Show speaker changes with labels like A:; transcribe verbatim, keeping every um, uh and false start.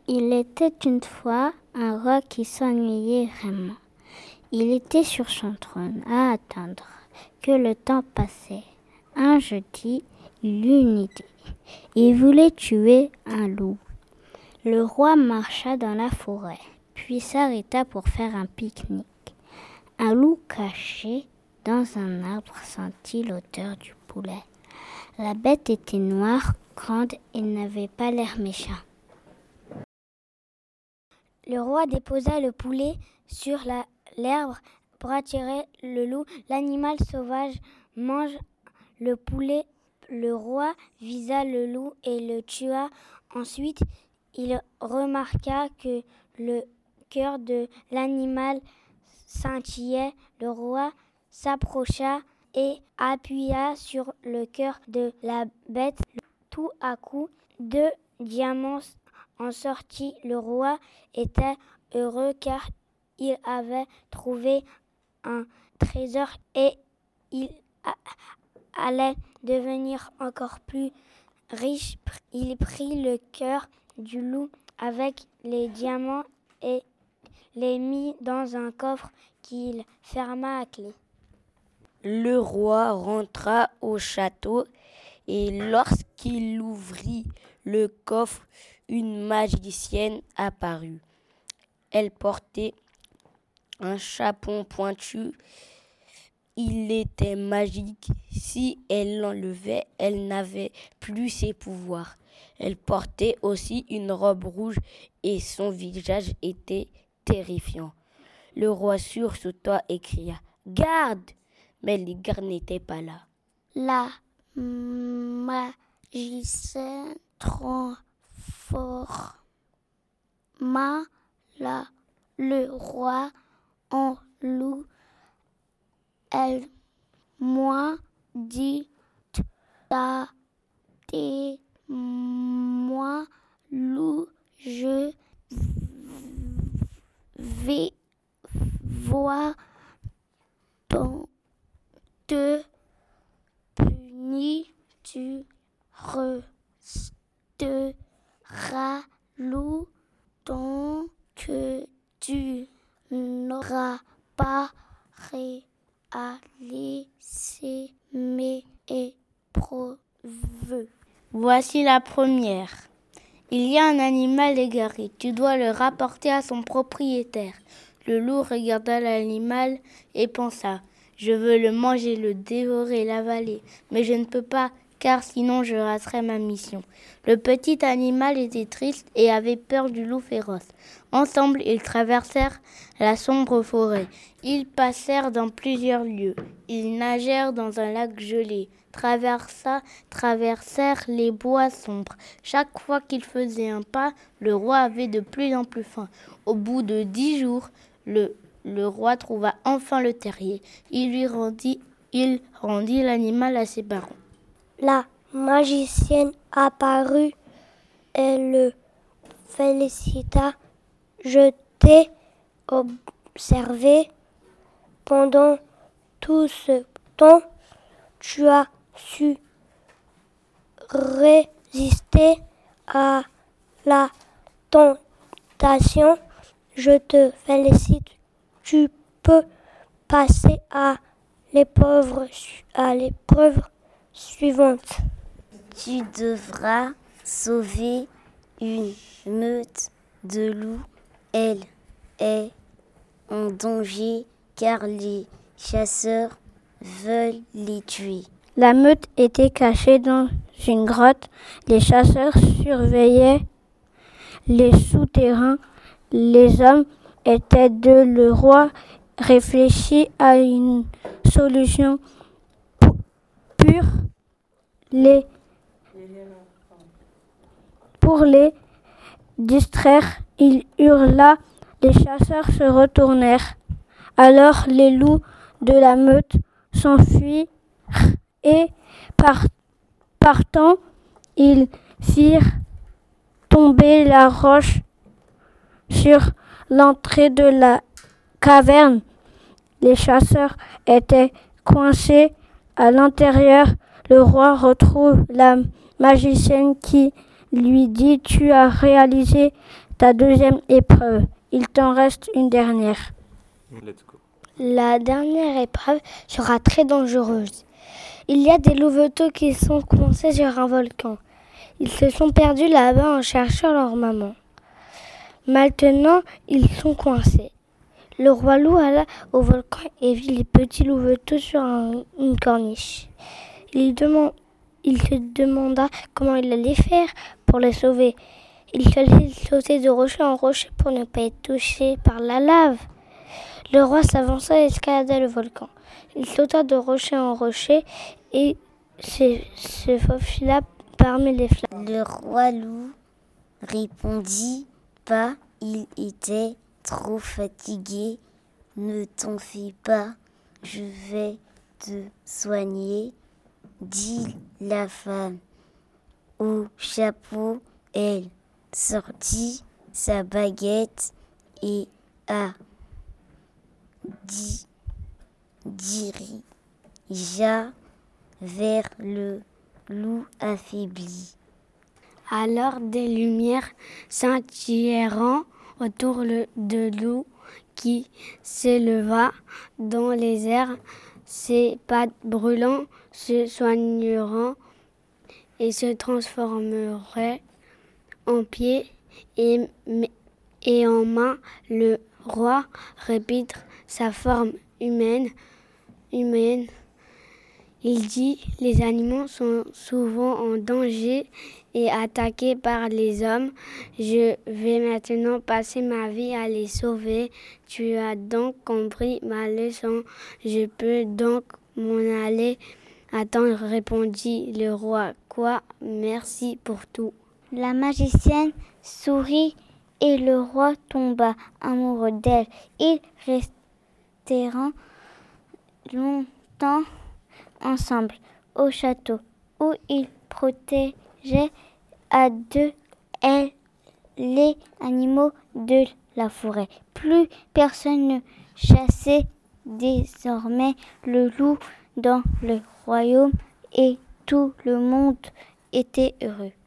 A: Il était une fois un roi qui s'ennuyait vraiment. Il était sur son trône à attendre que le temps passait. Un jeudi, il eut une idée. Il voulait tuer un loup. Le roi marcha dans la forêt, puis s'arrêta pour faire un pique-nique. Un loup caché dans un arbre sentit l'odeur du poulet. La bête était noire, grande et n'avait pas l'air méchant. Le roi déposa le poulet sur la, l'herbe pour attirer le loup. L'animal sauvage mange le poulet. Le roi visa le loup et le tua. Ensuite, il remarqua que le cœur de l'animal scintillait. Le roi s'approcha et appuya sur le cœur de la bête. Tout à coup, deux diamants en sortit. Le roi était heureux car il avait trouvé un trésor et il allait devenir encore plus riche. Il prit le cœur du loup avec les diamants et les mit dans un coffre qu'il ferma à clé.
B: Le roi rentra au château et lorsqu'il ouvrit le coffre, une magicienne apparut. Elle portait un chapeau pointu. Il était magique. Si elle l'enlevait, elle n'avait plus ses pouvoirs. Elle portait aussi une robe rouge et son visage était terrifiant. Le roi sursauta et cria « Garde !» Mais les gardes n'étaient pas là.
A: La magicienne transforma la, le roi en loup. Elle moi dit moi loup, je vais voir ton te punir, tu resteras loup tant que tu n'auras pas réalisé mes épreuves.
C: Voici la première. Il y a un animal égaré. Tu dois le rapporter à son propriétaire. Le loup regarda l'animal et pensa « Je veux le manger, le dévorer, l'avaler, mais je ne peux pas, car sinon je raterai ma mission. » Le petit animal était triste et avait peur du loup féroce. Ensemble, ils traversèrent la sombre forêt. Ils passèrent dans plusieurs lieux. Ils nagèrent dans un lac gelé, traversa, traversèrent les bois sombres. Chaque fois qu'ils faisaient un pas, le roi avait de plus en plus faim. Au bout de dix jours, le Le roi trouva enfin le terrier. Il lui rendit, il rendit l'animal à ses parents.
A: La magicienne apparut et le félicita. Je t'ai observé pendant tout ce temps. Tu as su résister à la tentation. Je te félicite. Tu peux passer à l'épreuve, à l'épreuve suivante.
B: Tu devras sauver une meute de loups. Elle est en danger car les chasseurs veulent les tuer.
A: La meute était cachée dans une grotte. Les chasseurs surveillaient les souterrains. Les hommes était de le roi réfléchit à une solution pure les, pour les distraire. Il hurla, les chasseurs se retournèrent. Alors les loups de la meute s'enfuirent et par, partant, ils firent tomber la roche sur l'entrée de la caverne. Les chasseurs étaient coincés à l'intérieur. Le roi retrouve la magicienne qui lui dit « Tu as réalisé ta deuxième épreuve. Il t'en reste une dernière.
D: Let's go.
A: La dernière épreuve sera très dangereuse. Il y a des louveteaux qui sont coincés sur un volcan. Ils se sont perdus là-bas en cherchant leur maman. Maintenant, ils sont coincés. Le roi loup alla au volcan et vit les petits louveteaux sur un, une corniche. Il, demande, il se demanda comment il allait faire pour les sauver. Il fallait sauter de rocher en rocher pour ne pas être touché par la lave. Le roi s'avança et escalada le volcan. Il sauta de rocher en rocher et se, se faufila parmi les flammes.
E: Le roi loup répondit pas, il était trop fatigué. Ne t'en fais pas, je vais te soigner, dit la femme au chapeau. Elle sortit sa baguette et a di- dirigea vers le loup affaibli.
A: Alors des lumières scintillèrent autour de loup qui s'éleva dans les airs. Ses pattes brûlantes se soigneront et se transformeraient en pieds et, et en mains. Le roi répète sa forme humaine. humaine. Il dit, les animaux sont souvent en danger et attaqués par les hommes. Je vais maintenant passer ma vie à les sauver. Tu as donc compris ma leçon. Je peux donc m'en aller. Attends, répondit le roi. Quoi? Merci pour tout.
E: La magicienne sourit et le roi tomba amoureux d'elle. Ils restèrent longtemps ensemble au château où ils protégeaient à deux elle, les animaux de la forêt. Plus personne ne chassait désormais le loup dans le royaume et tout le monde était heureux.